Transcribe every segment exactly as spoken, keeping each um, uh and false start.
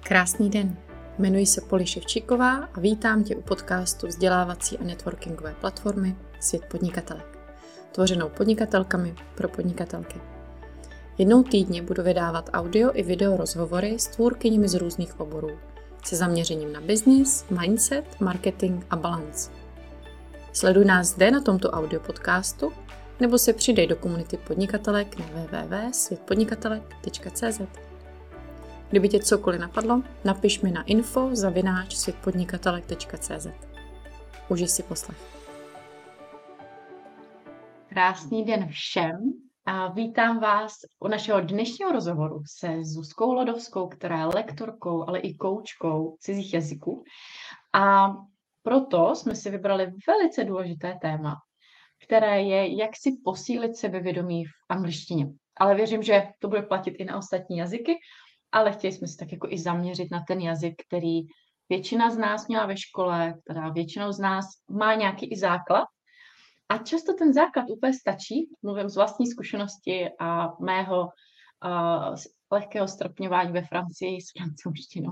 Krásný den, jmenuji se Poli Ševčíková a vítám tě u podcastu vzdělávací a networkingové platformy Svět podnikatelek, tvořenou podnikatelkami pro podnikatelky. Jednou týdně budu vydávat audio i video rozhovory s tvůrkyněmi z různých oborů, se zaměřením na business, mindset, marketing a balance. Sleduj nás zde na tomto audio podcastu nebo se přidej do komunity podnikatelek na w w w tečka svět podnikatelek tečka c z. Kdyby tě cokoliv napadlo, napiš mi na info zavináč svět podnikatelek tečka c z. Užij si poslech. Krásný den všem a vítám vás u našeho dnešního rozhovoru se Zuzkou Lodovskou, která je lektorkou, ale i koučkou cizích jazyků. A proto jsme si vybrali velice důležité téma, které je, jak si posílit sebevědomí v angličtině. Ale věřím, že to bude platit i na ostatní jazyky, ale chtěli jsme se tak jako i zaměřit na ten jazyk, který většina z nás měla ve škole, která většinou z nás má nějaký i základ. A často ten základ úplně stačí, mluvím z vlastní zkušenosti a mého uh, lehkého stropňování ve Francii s francouzštinou,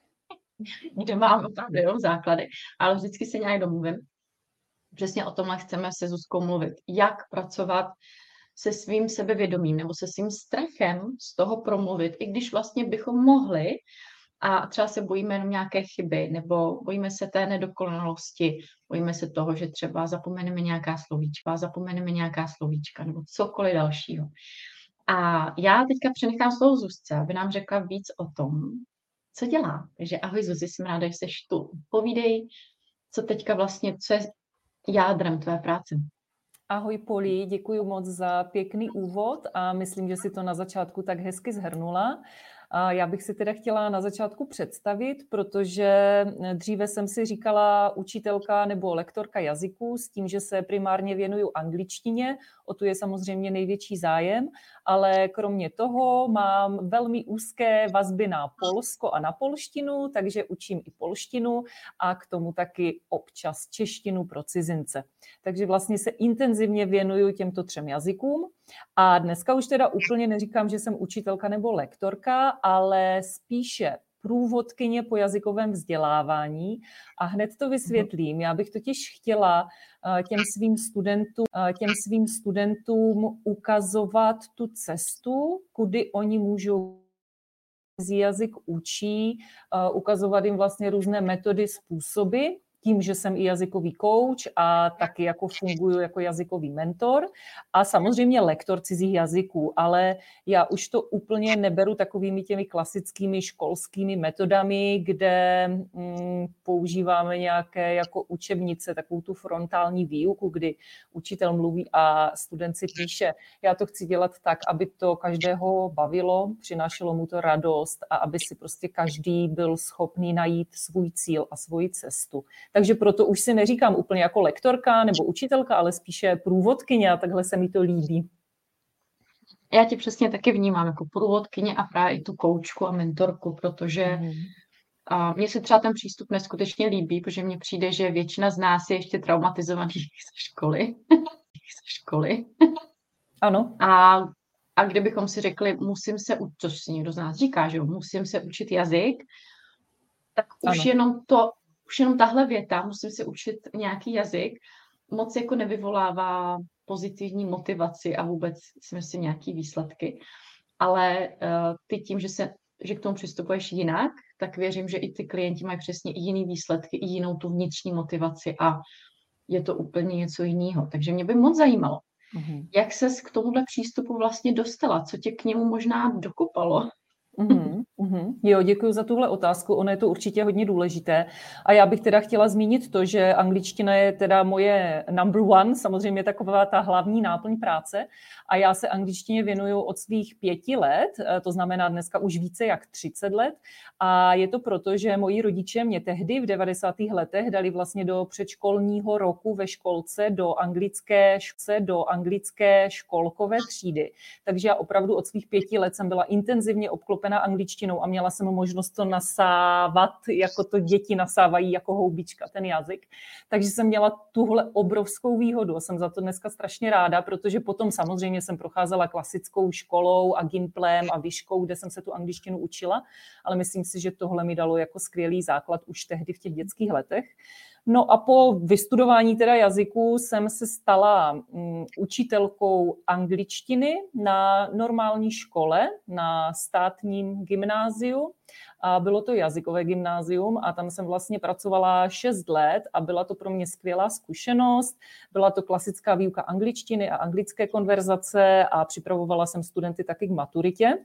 kde mám opravdu jenom základy, ale vždycky se nějak domluvím. Přesně o tomhle chceme se Zuzkou mluvit. Jak pracovat se svým sebevědomím nebo se svým strachem z toho promluvit, i když vlastně bychom mohli a třeba se bojíme jenom nějaké chyby nebo bojíme se té nedokonalosti, bojíme se toho, že třeba zapomeneme nějaká slovíčka, zapomeneme nějaká slovíčka nebo cokoliv dalšího. A já teďka přenechám slovo Zuzce, aby nám řekla víc o tom, co dělá. Takže ahoj Zuzi, jsem ráda, že jsi tu. Povídej, co teďka vlastně, co je jádrem tvé práce. Ahoj Poli, děkuji moc za pěkný úvod a myslím, že si to na začátku tak hezky shrnula. A já bych si teda chtěla na začátku představit, protože dříve jsem si říkala učitelka nebo lektorka jazyků s tím, že se primárně věnuju angličtině, o tu je samozřejmě největší zájem, ale kromě toho mám velmi úzké vazby na Polsko a na polštinu, takže učím i polštinu a k tomu taky občas češtinu pro cizince. Takže vlastně se intenzivně věnuju těmto třem jazykům. A dneska už teda úplně neříkám, že jsem učitelka nebo lektorka, ale spíše průvodkyně po jazykovém vzdělávání a hned to vysvětlím. Já bych totiž chtěla těm svým studentům, těm svým studentům ukazovat tu cestu, kudy oni můžou jazyk učí, ukazovat jim vlastně různé metody, způsoby, tím, že jsem i jazykový kouč a taky jako funguji jako jazykový mentor a samozřejmě lektor cizích jazyků, ale já už to úplně neberu takovými těmi klasickými školskými metodami, kde mm, používáme nějaké jako učebnice, takovou tu frontální výuku, kdy učitel mluví a student si píše. Já to chci dělat tak, aby to každého bavilo, přinášelo mu to radost a aby si prostě každý byl schopný najít svůj cíl a svoji cestu. Takže proto už si neříkám úplně jako lektorka nebo učitelka, ale spíše průvodkyně a takhle se mi to líbí. Já tě přesně taky vnímám jako průvodkyně a právě i tu koučku a mentorku, protože mm. a mně se třeba ten přístup neskutečně líbí, protože mně přijde, že většina z nás je ještě traumatizovaných ze školy. ze školy. Ano. A, a kdybychom si řekli, musím se učit, což si někdo z nás říká, že jo, musím se učit jazyk, tak už ano. jenom to Už jenom tahle věta, musím se učit nějaký jazyk, moc jako nevyvolává pozitivní motivaci a vůbec si myslím nějaký výsledky. Ale uh, ty tím, že, se, že k tomu přistupuješ jinak, tak věřím, že i ty klienti mají přesně i jiný výsledky, i jinou tu vnitřní motivaci a je to úplně něco jiného. Takže mě by moc zajímalo, mm-hmm. jak ses k tomuhle přístupu vlastně dostala, co tě k němu možná dokopalo. Uhum, uhum. Jo, děkuji za tuhle otázku, ono je to určitě hodně důležité a já bych teda chtěla zmínit to, že angličtina je teda moje number one, samozřejmě taková ta hlavní náplň práce a já se angličtině věnuju od svých pěti let, to znamená dneska už více jak třicet let a je to proto, že moji rodiče mě tehdy v devadesátých letech dali vlastně do předškolního roku ve školce do anglické, do anglické školkové třídy, takže já opravdu od svých pěti let jsem byla intenzivně obklopená obklopená angličtinou a měla jsem možnost to nasávat, jako to děti nasávají jako houbička, ten jazyk. Takže jsem měla tuhle obrovskou výhodu a jsem za to dneska strašně ráda, protože potom samozřejmě jsem procházela klasickou školou a gimplem a výškou, kde jsem se tu angličtinu učila, ale myslím si, že tohle mi dalo jako skvělý základ už tehdy v těch dětských letech. No a po vystudování teda jazyku jsem se stala um, učitelkou angličtiny na normální škole, na státním gymnáziu. A bylo to jazykové gymnázium a tam jsem vlastně pracovala šest let a byla to pro mě skvělá zkušenost. Byla to klasická výuka angličtiny a anglické konverzace a připravovala jsem studenty taky k maturitě.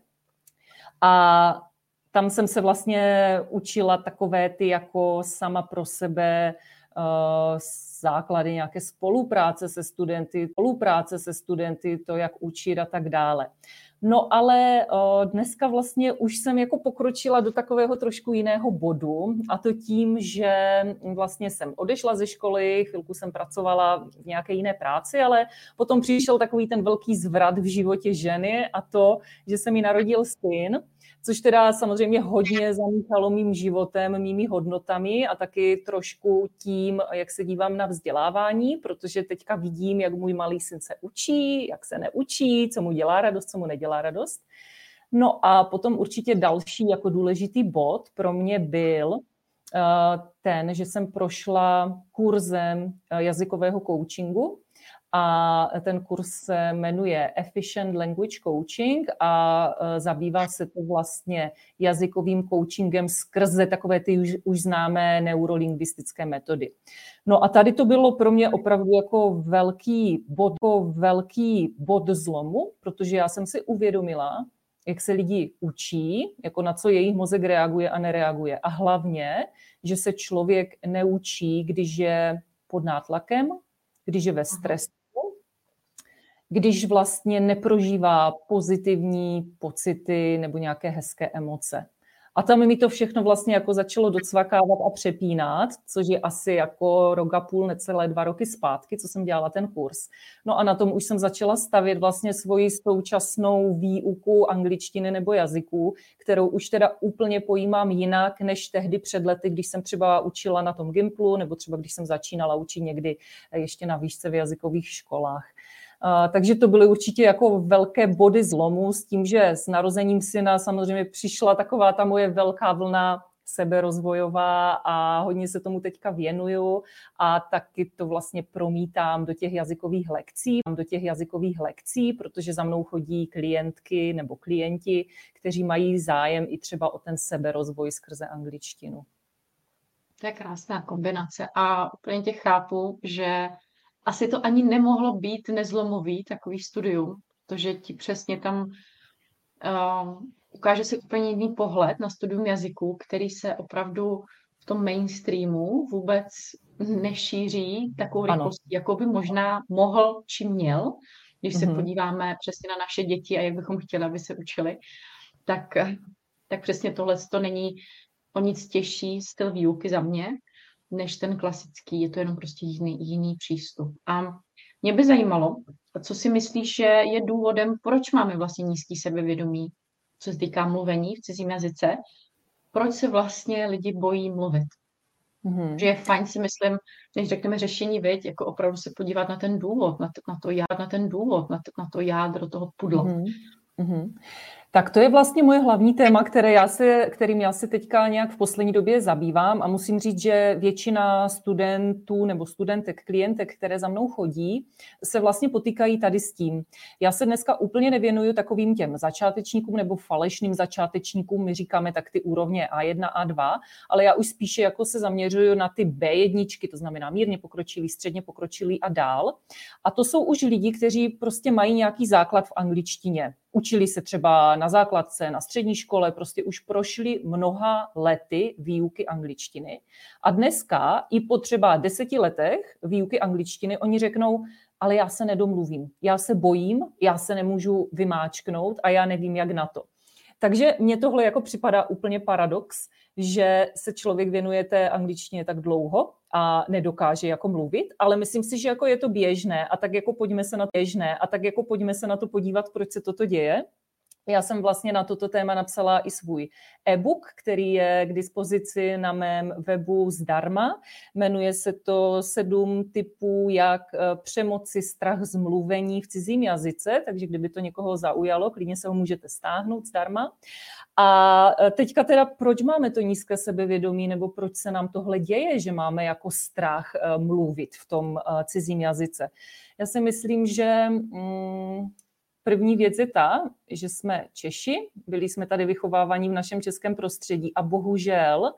A tam jsem se vlastně učila takové ty jako sama pro sebe uh, základy nějaké spolupráce se studenty, spolupráce se studenty, to, jak učit a tak dále. No ale uh, dneska vlastně už jsem jako pokročila do takového trošku jiného bodu a to tím, že vlastně jsem odešla ze školy, chvilku jsem pracovala v nějaké jiné práci, ale potom přišel takový ten velký zvrat v životě ženy a to, že se mi narodil syn, což teda samozřejmě hodně zamíchalo mým životem, mými hodnotami a taky trošku tím, jak se dívám na vzdělávání, protože teďka vidím, jak můj malý syn se učí, jak se neučí, co mu dělá radost, co mu nedělá radost. No a potom určitě další jako důležitý bod pro mě byl ten, že jsem prošla kurzem jazykového coachingu, a ten kurz se jmenuje Efficient Language Coaching a zabývá se to vlastně jazykovým coachingem skrze takové ty už, už známé neurolingvistické metody. No a tady to bylo pro mě opravdu jako velký bod, jako velký bod zlomu, protože já jsem si uvědomila, jak se lidi učí, jako na co jejich mozek reaguje a nereaguje. A hlavně, že se člověk neučí, když je pod nátlakem, když je ve stresu, když vlastně neprožívá pozitivní pocity nebo nějaké hezké emoce. A tam mi to všechno vlastně jako začalo docvakávat a přepínat, což je asi jako rok a půl, necelé dva roky zpátky, co jsem dělala ten kurz. No a na tom už jsem začala stavět vlastně svoji současnou výuku angličtiny nebo jazyků, kterou už teda úplně pojímám jinak, než tehdy před lety, když jsem třeba učila na tom Gimplu, nebo třeba když jsem začínala učit někdy ještě na výšce v jazykových školách. Uh, takže to byly určitě jako velké body zlomu s tím, že s narozením syna samozřejmě přišla taková ta moje velká vlna seberozvojová a hodně se tomu teďka věnuju a taky to vlastně promítám do těch jazykových lekcí, do těch jazykových lekcí, protože za mnou chodí klientky nebo klienti, kteří mají zájem i třeba o ten seberozvoj skrze angličtinu. To je krásná kombinace a úplně tě chápu, že asi to ani nemohlo být nezlomový takový studium, protože ti přesně tam uh, ukáže se úplně jiný pohled na studium jazyků, který se opravdu v tom mainstreamu vůbec nešíří takovou rychlostí, jako by možná mohl či měl, když se mm-hmm. podíváme přesně na naše děti a jak bychom chtěli, aby se učili, tak, tak přesně tohle to není o nic těžší styl výuky za mě, než ten klasický, je to jenom prostě jiný, jiný přístup. A mě by zajímalo, co si myslíš, že je důvodem, proč máme vlastně nízký sebevědomí, co se týká mluvení v cizím jazyce, proč se vlastně lidi bojí mluvit. Mm-hmm. Že je fajn, si myslím, než řekneme řešení, viď, jako opravdu se podívat na ten důvod, na to, na to, jád, na ten důvod, na to, na to jádro toho pudla. Mm-hmm. Tak to je vlastně moje hlavní téma, které já se, kterým já se teďka nějak v poslední době zabývám a musím říct, že většina studentů nebo studentek, klientek, které za mnou chodí, se vlastně potýkají tady s tím. Já se dneska úplně nevěnuju takovým těm začátečníkům nebo falešným začátečníkům, my říkáme tak ty úrovně á jedna, á dva, ale já už spíše jako se zaměřuju na ty bé jedna, to znamená mírně pokročilý, středně pokročilý a dál. A to jsou už lidi, kteří prostě mají nějaký základ v angličtině. Učili se třeba na základce, na střední škole, prostě už prošli mnoha lety výuky angličtiny. A dneska i po třeba deseti letech výuky angličtiny oni řeknou, ale já se nedomluvím, já se bojím, já se nemůžu vymáčknout a já nevím, jak na to. Takže mně tohle jako připadá úplně paradox, že se člověk věnuje té angličtině tak dlouho a nedokáže jako mluvit, ale myslím si, že jako je to běžné a tak jako pojďme se na to běžné a tak jako pojďme se na to podívat, proč se toto děje. Já jsem vlastně na toto téma napsala i svůj e-book, který je k dispozici na mém webu zdarma. Jmenuje se to Sedm typů, jak přemoci strach z mluvení v cizím jazyce, takže kdyby to někoho zaujalo, klidně se ho můžete stáhnout zdarma. A teďka teda, proč máme to nízké sebevědomí, nebo proč se nám tohle děje, že máme jako strach mluvit v tom cizím jazyce? Já si myslím, že... Mm, První věc je ta, že jsme Češi, byli jsme tady vychovávaní v našem českém prostředí a bohužel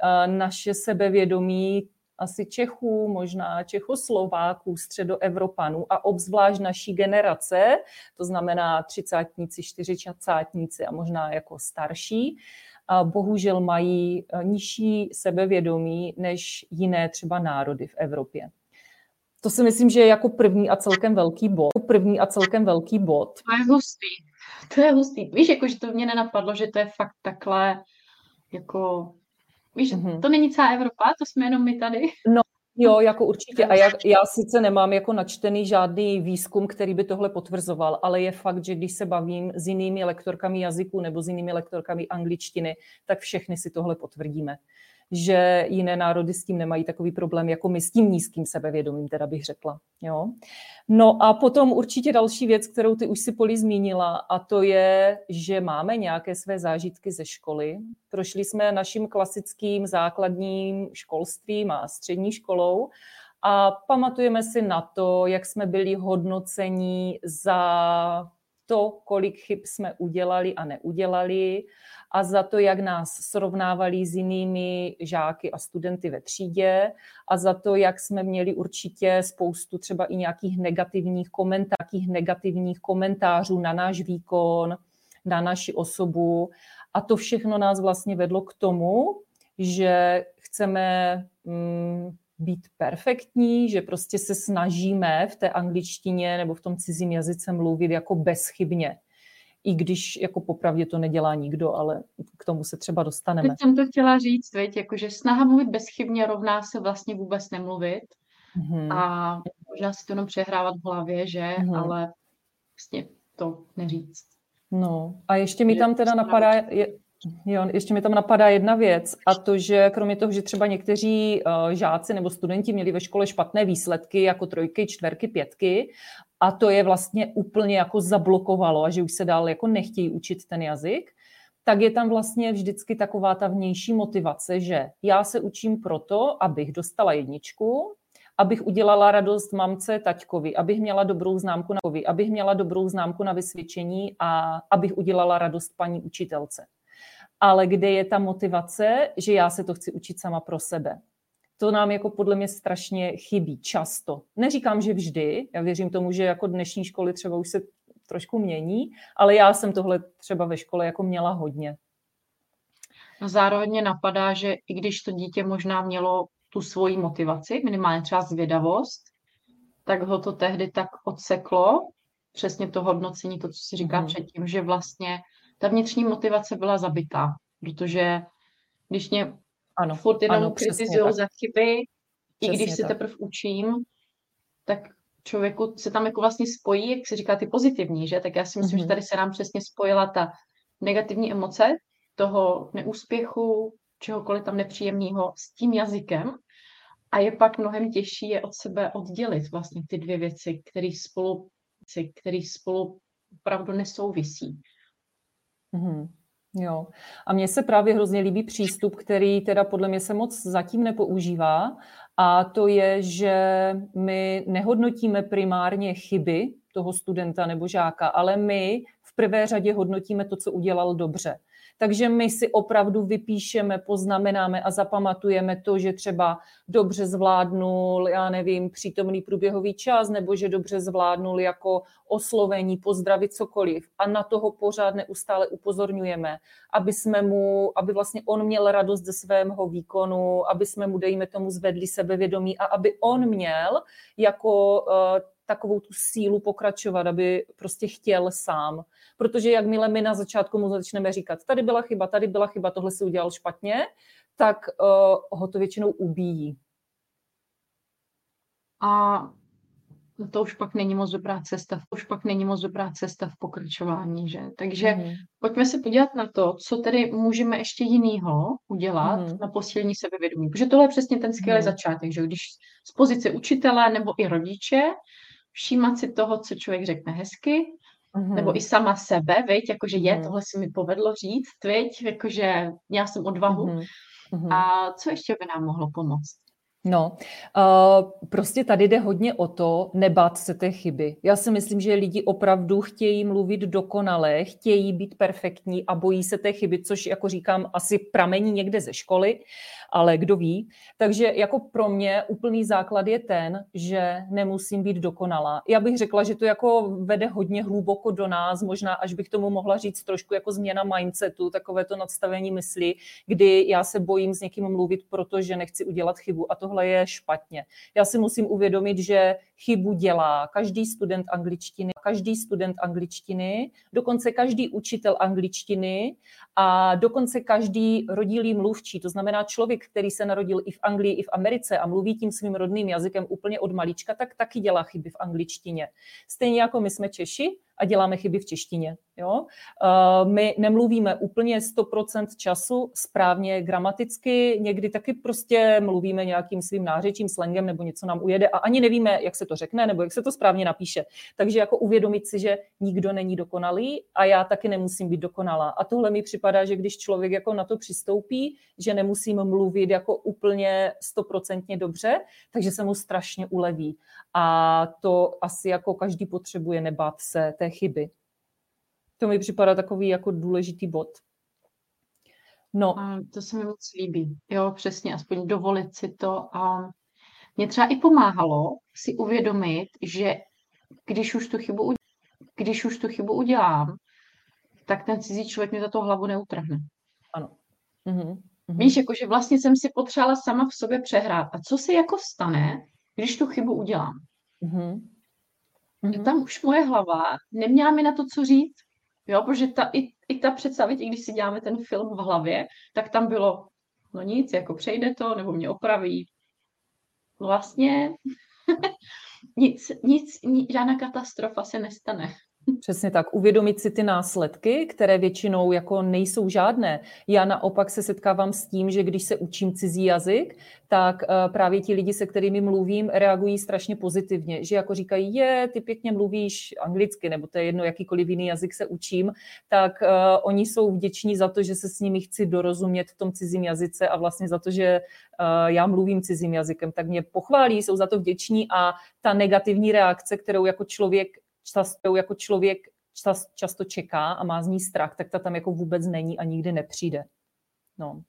naše sebevědomí asi Čechů, možná Čechoslováků, středoevropanů a obzvlášť naší generace, to znamená třicátníci, čtyřicátníci a možná jako starší, bohužel mají nižší sebevědomí než jiné třeba národy v Evropě. To si myslím, že je jako první a celkem velký bod. První a celkem velký bod. To je hustý. To je hustý. Víš, jako, že to mě nenapadlo, že to je fakt takhle, jako, víš, mm-hmm. to není celá Evropa, to jsme jenom my tady. No, jo, jako určitě. A já, já sice nemám jako načtený žádný výzkum, který by tohle potvrzoval, ale je fakt, že když se bavím s jinými lektorkami jazyků nebo s jinými lektorkami angličtiny, tak všechny si tohle potvrdíme. Že jiné národy s tím nemají takový problém, jako my s tím nízkým sebevědomím, teda bych řekla. Jo? No a potom určitě další věc, kterou ty už si, Poli, zmínila, a to je, že máme nějaké své zážitky ze školy. Prošli jsme naším klasickým základním školstvím a střední školou a pamatujeme si na to, jak jsme byli hodnoceni za to, kolik chyb jsme udělali a neudělali, a za to, jak nás srovnávali s jinými žáky a studenty ve třídě, a za to, jak jsme měli určitě spoustu třeba i nějakých negativních komentářů, negativních komentářů na náš výkon, na naši osobu. A to všechno nás vlastně vedlo k tomu, že chceme mm, být perfektní, že prostě se snažíme v té angličtině nebo v tom cizím jazyce mluvit jako bezchybně. I když jako popravdě to nedělá nikdo, ale k tomu se třeba dostaneme. Teď jsem to chtěla říct, viď? Jakože snaha mluvit bezchybně rovná se vlastně vůbec nemluvit. Mm-hmm. A možná si to jenom přehrávat v hlavě, že? Mm-hmm. Ale vlastně to neříct. No a ještě mi tam teda napadá... Je... Jo, ještě mi tam napadá jedna věc, a to, že kromě toho, že třeba někteří uh, žáci nebo studenti měli ve škole špatné výsledky, jako trojky, čtverky, pětky, a to je vlastně úplně jako zablokovalo a že už se dál jako nechtějí učit ten jazyk, tak je tam vlastně vždycky taková ta vnější motivace, že já se učím proto, abych dostala jedničku, abych udělala radost mamce, taťkovi, abych měla dobrou známku na abych měla dobrou známku na vysvědčení a abych udělala radost paní učitelce. Ale kde je ta motivace, že já se to chci učit sama pro sebe? To nám jako podle mě strašně chybí často. Neříkám, že vždy, já věřím tomu, že jako dnešní školy třeba už se trošku mění, ale já jsem tohle třeba ve škole jako měla hodně. No zároveň mě napadá, že i když to dítě možná mělo tu svoji motivaci, minimálně třeba zvědavost, tak ho to tehdy tak odseklo, přesně to hodnocení, to, co si říkám mm. předtím, že vlastně ta vnitřní motivace byla zabitá, protože když mě ano, furt jenom kritizují za chyby, přesně i když se teprve učím, tak člověku se tam jako vlastně spojí, jak se říká, ty pozitivní, že? Tak já si myslím, mm-hmm. že tady se nám přesně spojila ta negativní emoce toho neúspěchu, čehokoliv tam nepříjemného s tím jazykem a je pak mnohem těžší je od sebe oddělit vlastně ty dvě věci, které spolu, které spolu opravdu nesouvisí. Mm-hmm. Jo. A mně se právě hrozně líbí přístup, který teda podle mě se moc zatím nepoužívá, a to je, že my nehodnotíme primárně chyby toho studenta nebo žáka, ale my v prvé řadě hodnotíme to, co udělal dobře. Takže my si opravdu vypíšeme, poznamenáme a zapamatujeme to, že třeba dobře zvládnul, já nevím, přítomný průběhový čas, nebo že dobře zvládnul jako oslovení, pozdravit, cokoliv. A na toho pořád neustále upozorňujeme, aby jsme mu, aby vlastně on měl radost ze svého výkonu, aby jsme mu, dejme tomu, zvedli sebevědomí a aby on měl jako uh, takovou tu sílu pokračovat, aby prostě chtěl sám. Protože jakmile my na začátku mu začneme říkat, tady byla chyba, tady byla chyba, tohle si udělal špatně, tak uh, ho to většinou ubíjí. A no to už pak není moc dobrá cesta, to už pak není moc dobrá cesta v pokračování, že? Takže Mhm. pojďme se podívat na to, co tedy můžeme ještě jinýho udělat Mhm. na posílení sebevědomí. Protože tohle je přesně ten skvělý Mhm. začátek, že když z pozice učitele nebo i rodiče všímat si toho, co člověk řekne hezky, nebo i Mhm. sama sebe, viď, jakože je, Mhm. tohle se mi povedlo říct, viď, jakože měla jsem odvahu. Mhm. Mhm. A co ještě by nám mohlo pomoct? No, uh, prostě tady jde hodně o to, nebát se té chyby. Já si myslím, že lidi opravdu chtějí mluvit dokonale, chtějí být perfektní a bojí se té chyby, což, jako říkám, asi pramení někde ze školy, ale kdo ví. Takže jako pro mě úplný základ je ten, že nemusím být dokonalá. Já bych řekla, že to jako vede hodně hluboko do nás, možná až bych tomu mohla říct trošku jako změna mindsetu, takové to nadstavení mysli, kdy já se bojím s někým mluvit, protože nechci udělat chybu a tohle je špatně. Já si musím uvědomit, že chybu dělá každý student angličtiny, každý student angličtiny, dokonce každý učitel angličtiny a dokonce každý rodilý mluvčí. To znamená člověk, který se narodil i v Anglii, i v Americe a mluví tím svým rodným jazykem úplně od malička, tak taky dělá chyby v angličtině. Stejně jako my jsme Češi a děláme chyby v češtině. Jo? My nemluvíme úplně sto procent času správně gramaticky, někdy taky prostě mluvíme nějakým svým nářečím, slangem nebo něco nám ujede a ani nevíme, jak se to řekne nebo jak se to správně napíše. Takže jako uvědomit si, že nikdo není dokonalý a já taky nemusím být dokonalá. A tohle mi připadá, že když člověk jako na to přistoupí, že nemusím mluvit jako úplně stoprocentně dobře, takže se mu strašně uleví. A to asi jako každý potřebuje nebát se té chyby. To mi připadá takový jako důležitý bod. No. A to se mi moc líbí. Jo, přesně, aspoň dovolit si to. A mě třeba i pomáhalo si uvědomit, že když už tu chybu, když už tu chybu udělám, tak ten cizí člověk mi za to hlavu neutrhne. Ano. Mhm. Víš, jakože vlastně jsem si potřebovala sama v sobě přehrát. A co se jako stane, když tu chybu udělám? Mhm. Že tam už moje hlava neměla mi na to, co říct. Jo, protože ta, i, i ta představa, i když si děláme ten film v hlavě, tak tam bylo, no nic, jako přejde to, nebo mě opraví. Vlastně nic, nic, nic, žádná katastrofa se nestane. Přesně tak. Uvědomit si ty následky, které většinou jako nejsou žádné. Já naopak se setkávám s tím, že když se učím cizí jazyk, tak právě ti lidi, se kterými mluvím, reagují strašně pozitivně. Že jako říkají, je, ty pěkně mluvíš anglicky, nebo to je jedno, jakýkoliv jiný jazyk se učím, tak uh, oni jsou vděční za to, že se s nimi chci dorozumět v tom cizím jazyce a vlastně za to, že uh, já mluvím cizím jazykem, tak mě pochválí, jsou za to vděční a ta negativní reakce, kterou jako člověk často jako člověk často čeká a má z ní strach, tak ta tam jako vůbec není a nikdy nepřijde. No.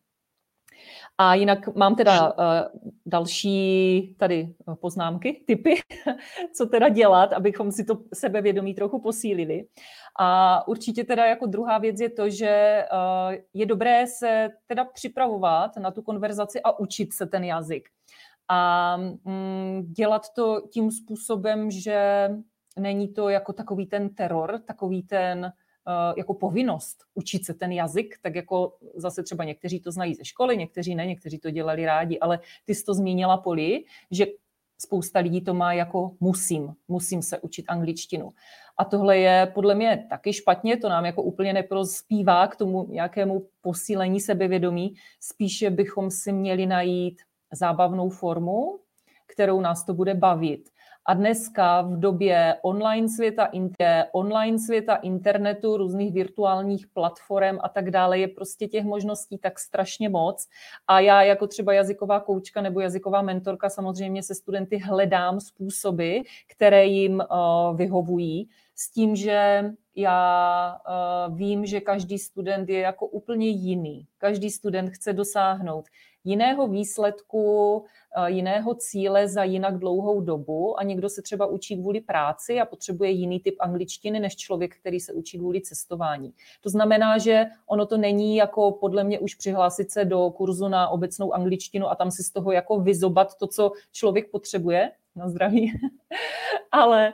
A jinak mám teda uh, další tady poznámky, tipy, co teda dělat, abychom si to sebevědomí trochu posílili. A určitě teda jako druhá věc je to, že uh, je dobré se teda připravovat na tu konverzaci a učit se ten jazyk. A mm, dělat to tím způsobem, že není to jako takový ten teror, takový ten uh, jako povinnost učit se ten jazyk, tak jako zase třeba někteří to znají ze školy, někteří ne, někteří to dělali rádi, ale ty jsi to zmínila, Poli, že spousta lidí to má jako musím, musím se učit angličtinu. A tohle je podle mě taky špatně, to nám jako úplně neprospívá k tomu nějakému posílení sebevědomí, spíše bychom si měli najít zábavnou formu, kterou nás to bude bavit. A dneska v době online světa, online světa, internetu, různých virtuálních platform a tak dále je prostě těch možností tak strašně moc. A já jako třeba jazyková koučka nebo jazyková mentorka samozřejmě se studenty hledám způsoby, které jim uh, vyhovují, s tím, že já uh, vím, že každý student je jako úplně jiný. Každý student chce dosáhnout jiného výsledku, jiného cíle za jinak dlouhou dobu a někdo se třeba učí kvůli práci a potřebuje jiný typ angličtiny než člověk, který se učí kvůli cestování. To znamená, že ono to není jako podle mě už přihlásit se do kurzu na obecnou angličtinu a tam si z toho jako vyzobat to, co člověk potřebuje, na zdraví, ale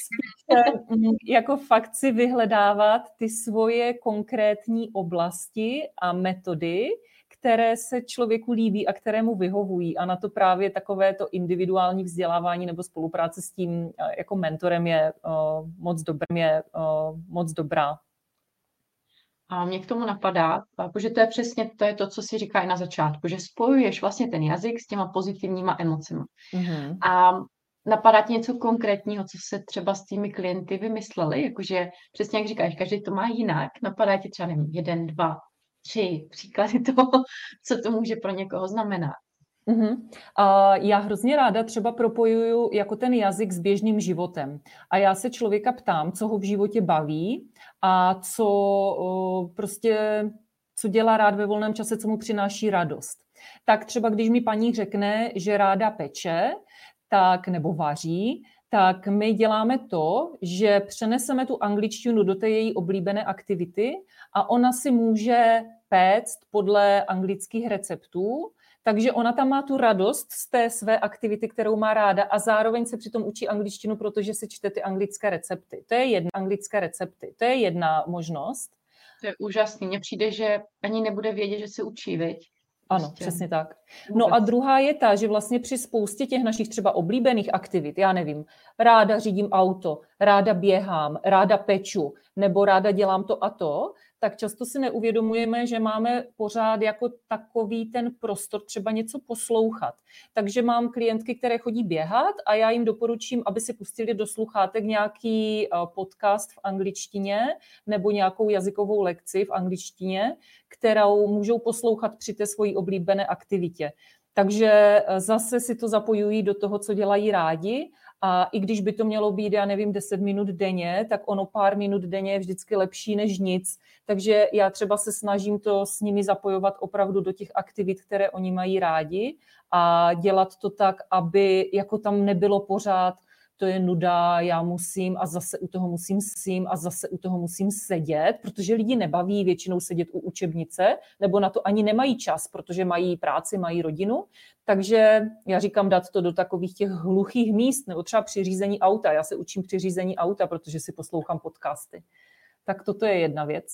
jako fakt si vyhledávat ty svoje konkrétní oblasti a metody, které se člověku líbí a které mu vyhovují. A na to právě takové to individuální vzdělávání nebo spolupráce s tím jako mentorem je uh, moc dobrý, je uh, moc dobrá. A mě k tomu napadá, protože to je přesně to, je to, co si říká i na začátku, že spojuješ vlastně ten jazyk s těma pozitivníma emocemi. Mm-hmm. A napadá ti něco konkrétního, co se třeba s těmi klienty vymysleli? Jakože přesně jak říkáš, každý to má jinak. Napadá ti třeba nevím, jeden, dva, tři příklady toho, co to může pro někoho znamenat. Uh-huh. A já hrozně ráda třeba propojuju jako ten jazyk s běžným životem. A já se člověka ptám, co ho v životě baví a co o, prostě, co dělá rád ve volném čase, co mu přináší radost. Tak třeba když mi paní řekne, že ráda peče, tak nebo vaří, tak my děláme to, že přeneseme tu angličtinu do té její oblíbené aktivity a ona si může péct podle anglických receptů. Takže ona tam má tu radost z té své aktivity, kterou má ráda a zároveň se přitom učí angličtinu, protože si čte ty anglické recepty. To je jedna anglické recepty. To je jedna možnost. To je úžasný. Mně přijde, že ani nebude vědět, že se učí, viď? Ano, prostě. Přesně tak. No a druhá je ta, že vlastně při spoustě těch našich třeba oblíbených aktivit, já nevím, ráda řídím auto, ráda běhám, ráda peču, nebo ráda dělám to a to, tak často si neuvědomujeme, že máme pořád jako takový ten prostor třeba něco poslouchat. Takže mám klientky, které chodí běhat a já jim doporučím, aby si pustili do sluchátek nějaký podcast v angličtině nebo nějakou jazykovou lekci v angličtině, kterou můžou poslouchat při té svojí oblíbené aktivitě. Takže zase si to zapojují do toho, co dělají rádi. A i když by to mělo být, já nevím, deset minut denně, tak ono pár minut denně je vždycky lepší než nic. Takže já třeba se snažím to s nimi zapojovat opravdu do těch aktivit, které oni mají rádi a dělat to tak, aby jako tam nebylo pořád, to je nuda, já musím a zase u toho musím sím a zase u toho musím sedět, protože lidi nebaví většinou sedět u učebnice, nebo na to ani nemají čas, protože mají práci, mají rodinu. Takže já říkám dát to do takových těch hluchých míst, nebo třeba při řízení auta. Já se učím při řízení auta, protože si poslouchám podcasty. Tak toto je jedna věc.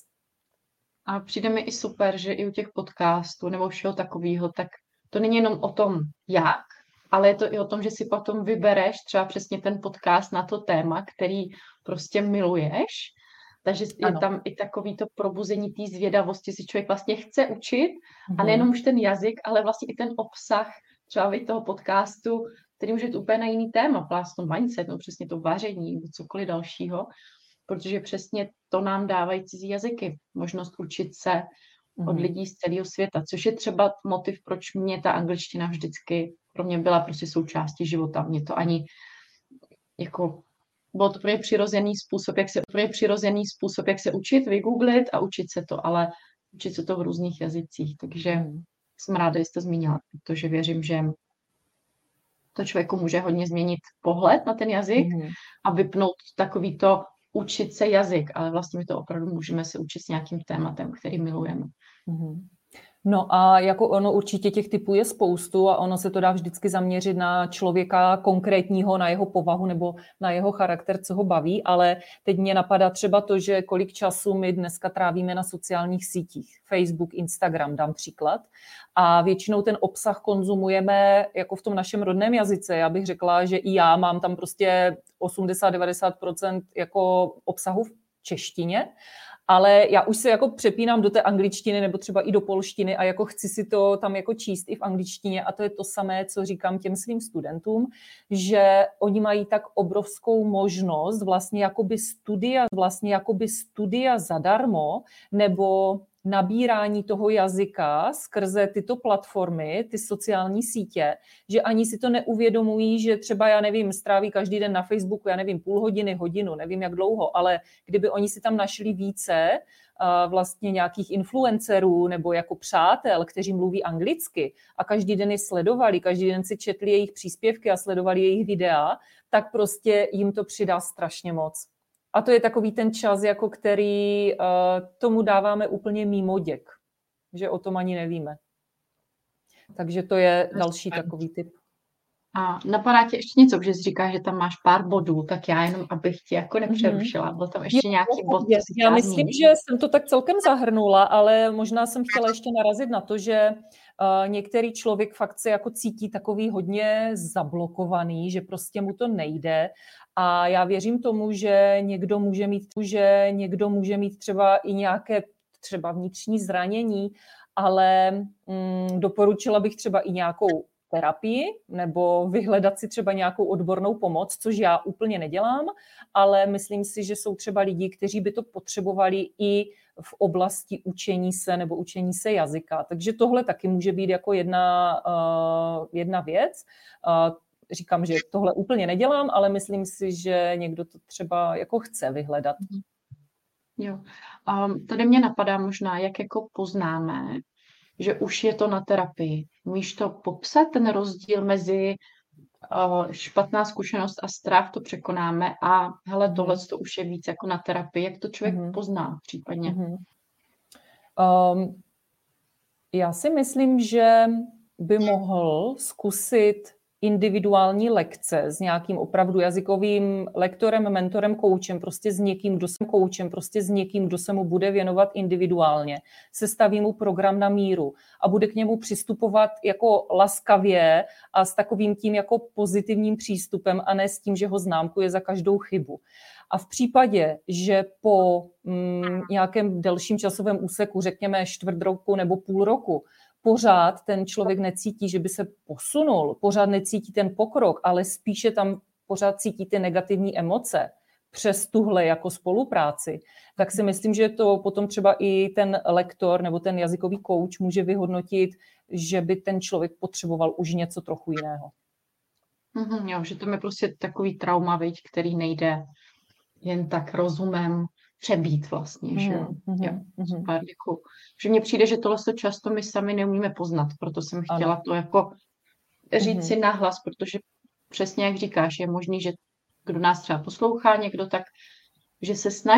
A přijde mi i super, že i u těch podcastů nebo všeho takového, tak to není jenom o tom, jak, ale je to i o tom, že si potom vybereš třeba přesně ten podcast na to téma, který prostě miluješ. Takže je ano. Tam i takový to probuzení té zvědavosti, si člověk vlastně chce učit mm-hmm. a nejenom už ten jazyk, ale vlastně i ten obsah třeba i toho podcastu, který může být úplně na jiný téma, vlastně mindset, no přesně to vaření, nebo cokoliv dalšího, protože přesně to nám dávají cizí jazyky, možnost učit se mm-hmm. od lidí z celého světa, což je třeba motiv, proč mě ta angličtina vždycky pro mě byla prostě součástí života. Mě to ani jako byl to pro mě přirozený způsob, jak se, pro mě přirozený způsob, jak se učit, vygooglit a učit se to, ale učit se to v různých jazycích. Takže mm. jsem ráda, že jste zmínila, protože věřím, že to člověku může hodně změnit pohled na ten jazyk mm. a vypnout takový to učit se jazyk, ale vlastně my to opravdu můžeme se učit s nějakým tématem, který milujeme. Mm. No a jako ono určitě těch typů je spoustu a ono se to dá vždycky zaměřit na člověka konkrétního, na jeho povahu nebo na jeho charakter, co ho baví, ale teď mě napadá třeba to, že kolik času my dneska trávíme na sociálních sítích, Facebook, Instagram, dám příklad, a většinou ten obsah konzumujeme jako v tom našem rodném jazyce. Já bych řekla, že i já mám tam prostě osmdesát až devadesát procent jako obsahu v češtině, ale já už se jako přepínám do té angličtiny nebo třeba i do polštiny a jako chci si to tam jako číst i v angličtině a to je to samé, co říkám těm svým studentům, že oni mají tak obrovskou možnost vlastně jakoby studia, vlastně jakoby studia zadarmo nebo nabírání toho jazyka skrze tyto platformy, ty sociální sítě, že ani si to neuvědomují, že třeba, já nevím, stráví každý den na Facebooku, já nevím, půl hodiny, hodinu, nevím jak dlouho, ale kdyby oni si tam našli více uh, vlastně nějakých influencerů nebo jako přátel, kteří mluví anglicky a každý den je sledovali, každý den si četli jejich příspěvky a sledovali jejich videa, tak prostě jim to přidá strašně moc. A to je takový ten čas, jako který uh, tomu dáváme úplně mimo děk, že o tom ani nevíme. Takže to je další takový tip. A napadá tě ještě něco, že jsi říká, že tam máš pár bodů, tak já jenom, abych tě jako nepřerušila. Byl tam ještě Jo, nějaký bod, co jsi já chtěla myslím, zmínit? že jsem to tak celkem zahrnula, ale možná jsem chtěla ještě narazit na to, že uh, některý člověk fakt se jako cítí takový hodně zablokovaný, že prostě mu to nejde. A já věřím tomu, že někdo může mít, že někdo může mít třeba i nějaké třeba vnitřní zranění, ale mm, doporučila bych třeba i nějakou terapii nebo vyhledat si třeba nějakou odbornou pomoc, což já úplně nedělám, ale myslím si, že jsou třeba lidi, kteří by to potřebovali i v oblasti učení se nebo učení se jazyka. Takže tohle taky může být jako jedna, uh, jedna věc. Uh, říkám, že tohle úplně nedělám, ale myslím si, že někdo to třeba jako chce vyhledat. Jo. Um, tady mě napadá možná, jak jako poznáme, že už je to na terapii. Můžeš to popsat, ten rozdíl mezi uh, špatná zkušenost a strach, to překonáme a hele, tohle to už je víc jako na terapii. Jak to člověk mm-hmm. pozná případně? Mm-hmm. Um, já si myslím, že by mohl zkusit individuální lekce s nějakým opravdu jazykovým lektorem, mentorem, koučem, prostě s někým, kdo se koučem, prostě s někým, kdo se mu bude věnovat individuálně. Sestaví mu program na míru a bude k němu přistupovat jako laskavě a s takovým tím jako pozitivním přístupem a ne s tím, že ho známkuje za každou chybu. A v případě, že po mm, nějakém delším časovém úseku, řekněme čtvrt roku nebo půl roku, pořád ten člověk necítí, že by se posunul, pořád necítí ten pokrok, ale spíše tam pořád cítí ty negativní emoce přes tuhle jako spolupráci, tak si myslím, že to potom třeba i ten lektor nebo ten jazykový kouč může vyhodnotit, že by ten člověk potřeboval už něco trochu jiného. Mm-hmm, jo, že to je prostě takový trauma, viď, který nejde jen tak rozumem přebít vlastně, že jo. Mm-hmm, jo, super, děkuju. Že mně přijde, že tohle to často my sami neumíme poznat, proto jsem chtěla ano. to jako říct mm-hmm. si nahlas, protože přesně jak říkáš, je možný, že kdo nás třeba poslouchá někdo, tak že se snaží,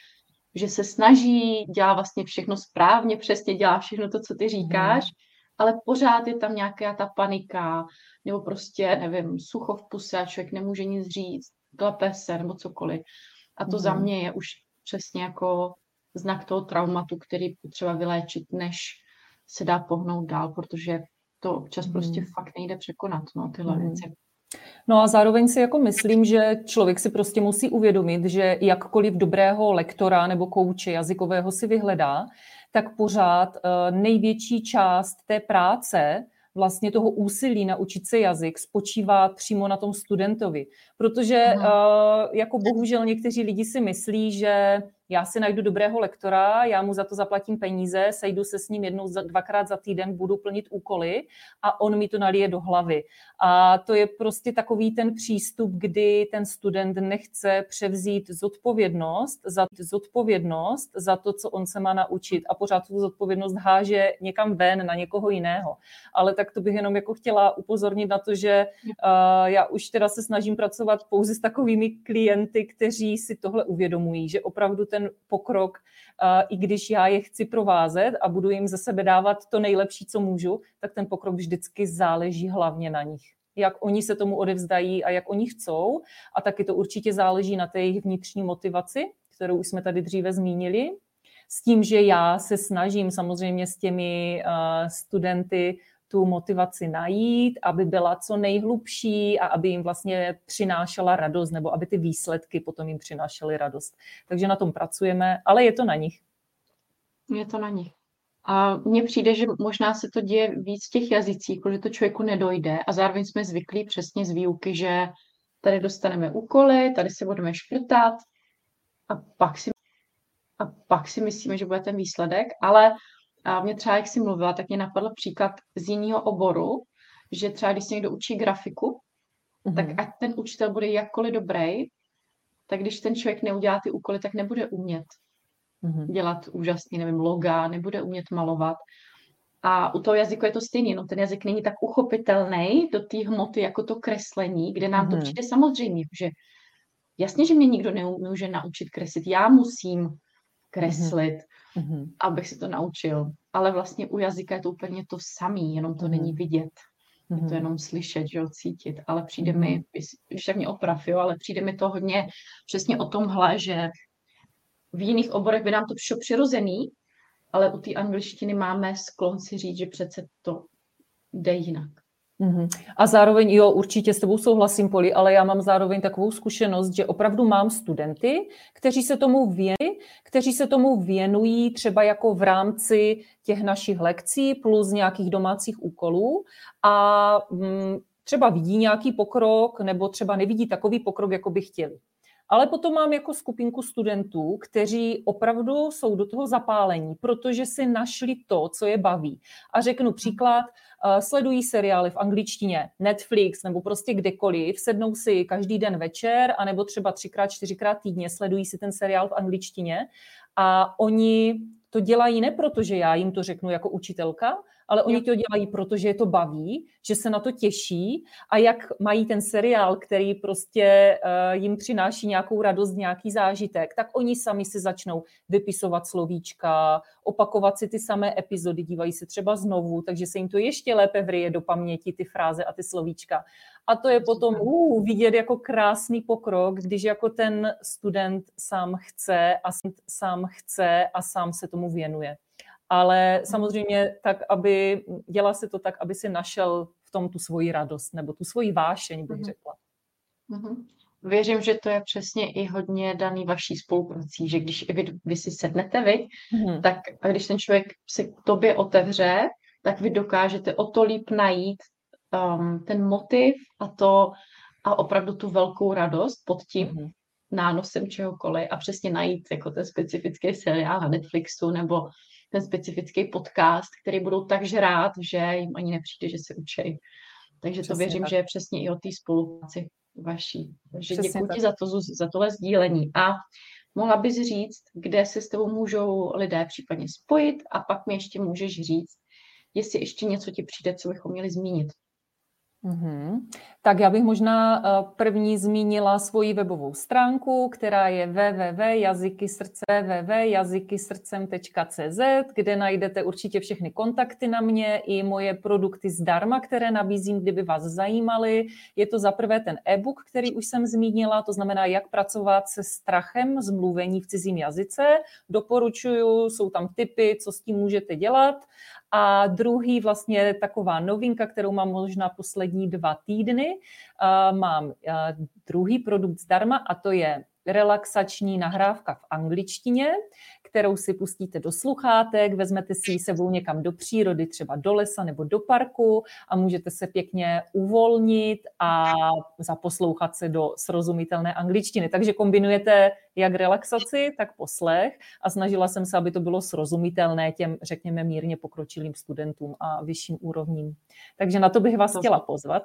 že se snaží, dělá vlastně všechno správně, přesně dělá všechno to, co ty říkáš, mm-hmm. ale pořád je tam nějaká ta panika, nebo prostě, nevím, sucho v puse a člověk nemůže nic říct, klepe se, nebo cokoliv. A to mm-hmm. za mě je už přesně jako znak toho traumatu, který potřeba vyléčit, než se dá pohnout dál, protože to občas mm. prostě fakt nejde překonat, no, tyhle mm. věci. No a zároveň si jako myslím, že člověk si prostě musí uvědomit, že jakkoliv dobrého lektora nebo kouče jazykového si vyhledá, tak pořád uh, největší část té práce vlastně toho úsilí naučit se jazyk spočívá přímo na tom studentovi. Protože uh, jako bohužel někteří lidi si myslí, že já si najdu dobrého lektora, já mu za to zaplatím peníze, sejdu se s ním jednou, za, dvakrát za týden, budu plnit úkoly a on mi to nalije do hlavy. A to je prostě takový ten přístup, kdy ten student nechce převzít zodpovědnost za, zodpovědnost za to, co on se má naučit a pořád tu zodpovědnost háže někam ven na někoho jiného. Ale tak to bych jenom jako chtěla upozornit na to, že uh, já už teda se snažím pracovat pouze s takovými klienty, kteří si tohle uvědomují, že opravdu ten pokrok, i když já je chci provázet a budu jim ze sebe dávat to nejlepší, co můžu, tak ten pokrok vždycky záleží hlavně na nich. Jak oni se tomu odevzdají a jak oni chcou. A taky to určitě záleží na té jejich vnitřní motivaci, kterou už jsme tady dříve zmínili. S tím, že já se snažím samozřejmě s těmi studenty tu motivaci najít, aby byla co nejhlubší a aby jim vlastně přinášela radost, nebo aby ty výsledky potom jim přinášely radost. Takže na tom pracujeme, ale je to na nich. Je to na nich. A mně přijde, že možná se to děje víc v těch jazycích, protože to člověku nedojde a zároveň jsme zvyklí přesně z výuky, že tady dostaneme úkoly, tady se budeme škrtat a pak si, a pak si myslíme, že bude ten výsledek, ale a mě třeba, jak jsi mluvila, tak mě napadl příklad z jiného oboru, že třeba, když se někdo učí grafiku, mm-hmm. tak ať ten učitel bude jakkoliv dobrý, tak když ten člověk neudělá ty úkoly, tak nebude umět mm-hmm. dělat úžasný, nevím, loga, nebude umět malovat. A u toho jazyku je to stejný, no ten jazyk není tak uchopitelný do té hmoty jako to kreslení, kde nám mm-hmm. to přijde samozřejmě, že jasně, že mě nikdo nemůže naučit kreslit, já musím kreslit, mm-hmm. abych si to naučil. Ale vlastně u jazyka je to úplně to samý, jenom to mm-hmm. není vidět. je to jenom slyšet, že jo, cítit, ale přijde mm. mi, když tak mě oprav, jo, ale přijde mi to hodně přesně o tomhle, že v jiných oborech by nám to přišlo přirozený, ale u té angličtiny máme sklon si říct, že přece to jde jinak. Uhum. A zároveň, jo, určitě s tebou souhlasím, Poli, ale já mám zároveň takovou zkušenost, že opravdu mám studenty, kteří se tomu věnují, kteří se tomu věnují třeba jako v rámci těch našich lekcí plus nějakých domácích úkolů a hm, třeba vidí nějaký pokrok nebo třeba nevidí takový pokrok, jako by chtěli. Ale potom mám jako skupinku studentů, kteří opravdu jsou do toho zapálení, protože si našli to, co je baví. A řeknu příklad, sledují seriály v angličtině, Netflix nebo prostě kdekoliv, sednou si každý den večer, anebo třeba třikrát, čtyřikrát týdně sledují si ten seriál v angličtině a oni to dělají ne proto, že já jim to řeknu jako učitelka, ale oni to dělají, protože je to baví, že se na to těší a jak mají ten seriál, který prostě uh, jim přináší nějakou radost, nějaký zážitek, tak oni sami si začnou vypisovat slovíčka, opakovat si ty samé epizody, dívají se třeba znovu, takže se jim to ještě lépe vryje do paměti, ty fráze a ty slovíčka. A to je potom uh, vidět jako krásný pokrok, když jako ten student sám chce a sám chce a sám se tomu věnuje. Ale samozřejmě tak, aby dělá se to tak, aby si našel v tom tu svoji radost nebo tu svoji vášeň, bych řekla. Mm-hmm. Věřím, že to je přesně i hodně daný vaší spoluprací, že když vy, vy si sednete, vy, mm-hmm. tak a když ten člověk se k tobě otevře, tak vy dokážete o to líp najít um, ten motiv a to a opravdu tu velkou radost pod tím mm-hmm. nánosem čehokoliv a přesně najít jako ten specifický seriál na Netflixu nebo ten specifický podcast, který budou tak žrát, že jim ani nepřijde, že se učí. Takže přesně to věřím, tak. Že je přesně i o té spolupráci vaší. Takže děkuji ti za, to, za tohle sdílení. A mohla bys říct, kde se s tebou můžou lidé případně spojit a pak mi ještě můžeš říct, jestli ještě něco ti přijde, co bychom měli zmínit. Mm-hmm. Tak já bych možná první zmínila svoji webovou stránku, která je w w w tečka jazyky srdce w w w tečka jazyky srdcem tečka c z, kde najdete určitě všechny kontakty na mě i moje produkty zdarma, které nabízím, kdyby vás zajímaly. Je to za prvé ten e-book, který už jsem zmínila, to znamená, jak pracovat se strachem z mluvení v cizím jazyce. Doporučuju, jsou tam tipy, co s tím můžete dělat. A druhý vlastně taková novinka, kterou mám možná poslední dva týdny, uh, mám uh, druhý produkt zdarma a to je relaxační nahrávka v angličtině, kterou si pustíte do sluchátek, vezmete si ji sebou někam do přírody, třeba do lesa nebo do parku a můžete se pěkně uvolnit a zaposlouchat se do srozumitelné angličtiny. Takže kombinujete jak relaxaci, tak poslech a snažila jsem se, aby to bylo srozumitelné těm, řekněme, mírně pokročilým studentům a vyšším úrovním. Takže na to bych vás chtěla pozvat.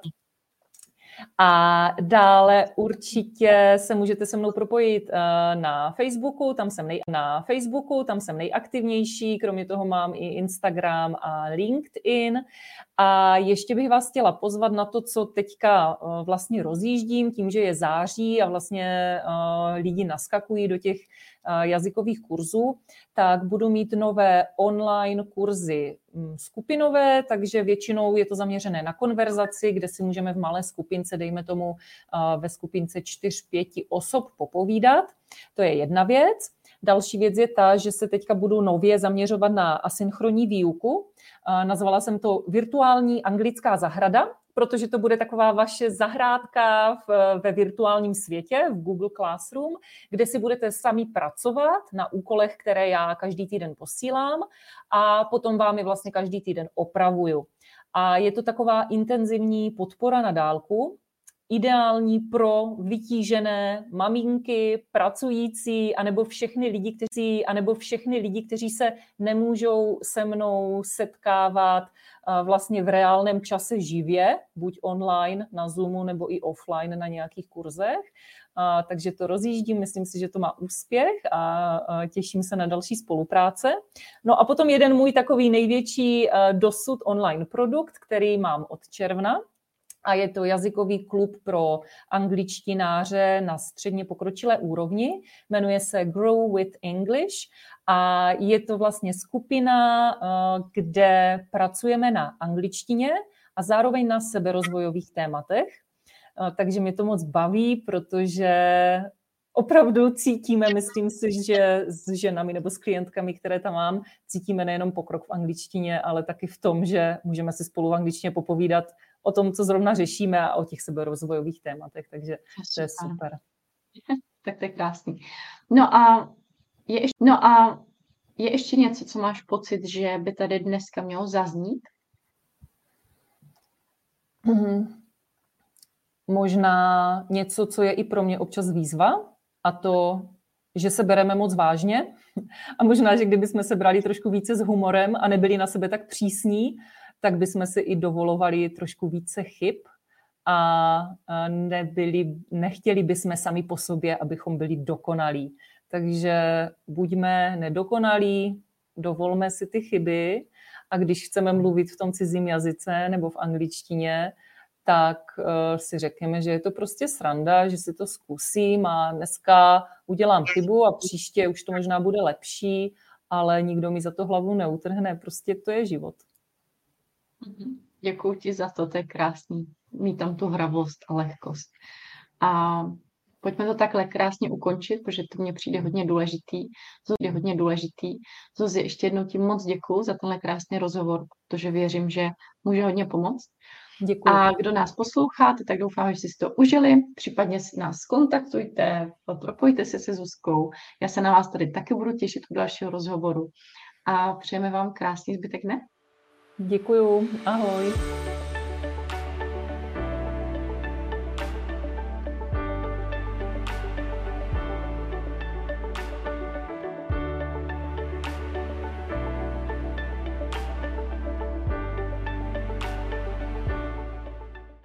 A dále určitě se můžete se mnou propojit na Facebooku, tam jsem nej, na Facebooku, tam jsem nejaktivnější, kromě toho mám i Instagram a LinkedIn. A ještě bych vás chtěla pozvat na to, co teďka vlastně rozjíždím, tím, že je září a vlastně lidi naskakují do těch jazykových kurzů, tak budu mít nové online kurzy skupinové, takže většinou je to zaměřené na konverzaci, kde si můžeme v malé skupince, dejme tomu ve skupince čtyř, pěti osob popovídat. To je jedna věc. Další věc je ta, že se teďka budu nově zaměřovat na asynchronní výuku. Nazvala jsem to virtuální anglická zahrada, protože to bude taková vaše zahrádka v, ve virtuálním světě, v Google Classroom, kde si budete sami pracovat na úkolech, které já každý týden posílám a potom vám je vlastně každý týden opravuju. A je to taková intenzivní podpora na dálku, ideální pro vytížené maminky, pracující, anebo všechny lidi, kteří, anebo všechny lidi, kteří se nemůžou se mnou setkávat vlastně v reálném čase živě, buď online na Zoomu, nebo i offline na nějakých kurzech. A, takže to rozjíždím, myslím si, že to má úspěch a, a těším se na další spolupráce. No a potom jeden můj takový největší dosud online produkt, který mám od června, a je to jazykový klub pro angličtináře na středně pokročilé úrovni. Jmenuje se Grow with English a je to vlastně skupina, kde pracujeme na angličtině a zároveň na seberozvojových tématech. Takže mě to moc baví, protože opravdu cítíme, myslím si, že s ženami nebo s klientkami, které tam mám, cítíme nejenom pokrok v angličtině, ale taky v tom, že můžeme si spolu v angličtině popovídat o tom, co zrovna řešíme a o těch seberozvojových tématech, takže to je super. Tak to je krásný. No a je ještě, no a je ještě něco, co máš pocit, že by tady dneska mělo zaznít? Mm-hmm. Možná něco, co je i pro mě občas výzva, a to, že se bereme moc vážně. A možná, že kdybychom se brali trošku více s humorem a nebyli na sebe tak přísní, tak bychom si i dovolovali trošku více chyb a nebyli, nechtěli bychom sami po sobě, abychom byli dokonalí. Takže buďme nedokonalí, dovolme si ty chyby a když chceme mluvit v tom cizím jazyce nebo v angličtině, tak uh, si řekněme, že je to prostě sranda, že si to zkusím a dneska udělám chybu a příště už to možná bude lepší, ale nikdo mi za to hlavu neutrhne, prostě to je život. Děkuji ti za to, to je krásný, mít tam tu hravost a lehkost. A pojďme to takhle krásně ukončit, protože to mně přijde hodně důležitý. Zuzi, hodně důležitý. Zuzi, ještě jednou ti moc děkuji za tenhle krásný rozhovor, protože věřím, že může hodně pomoct. Děkuji. A kdo nás posloucháte, tak doufám, že jste si to užili. Případně si nás kontaktujte, propojte se se Zuzkou. Já se na vás tady taky budu těšit u dalšího rozhovoru. A přejeme vám krásný zbytek dne. Děkuju. Ahoj.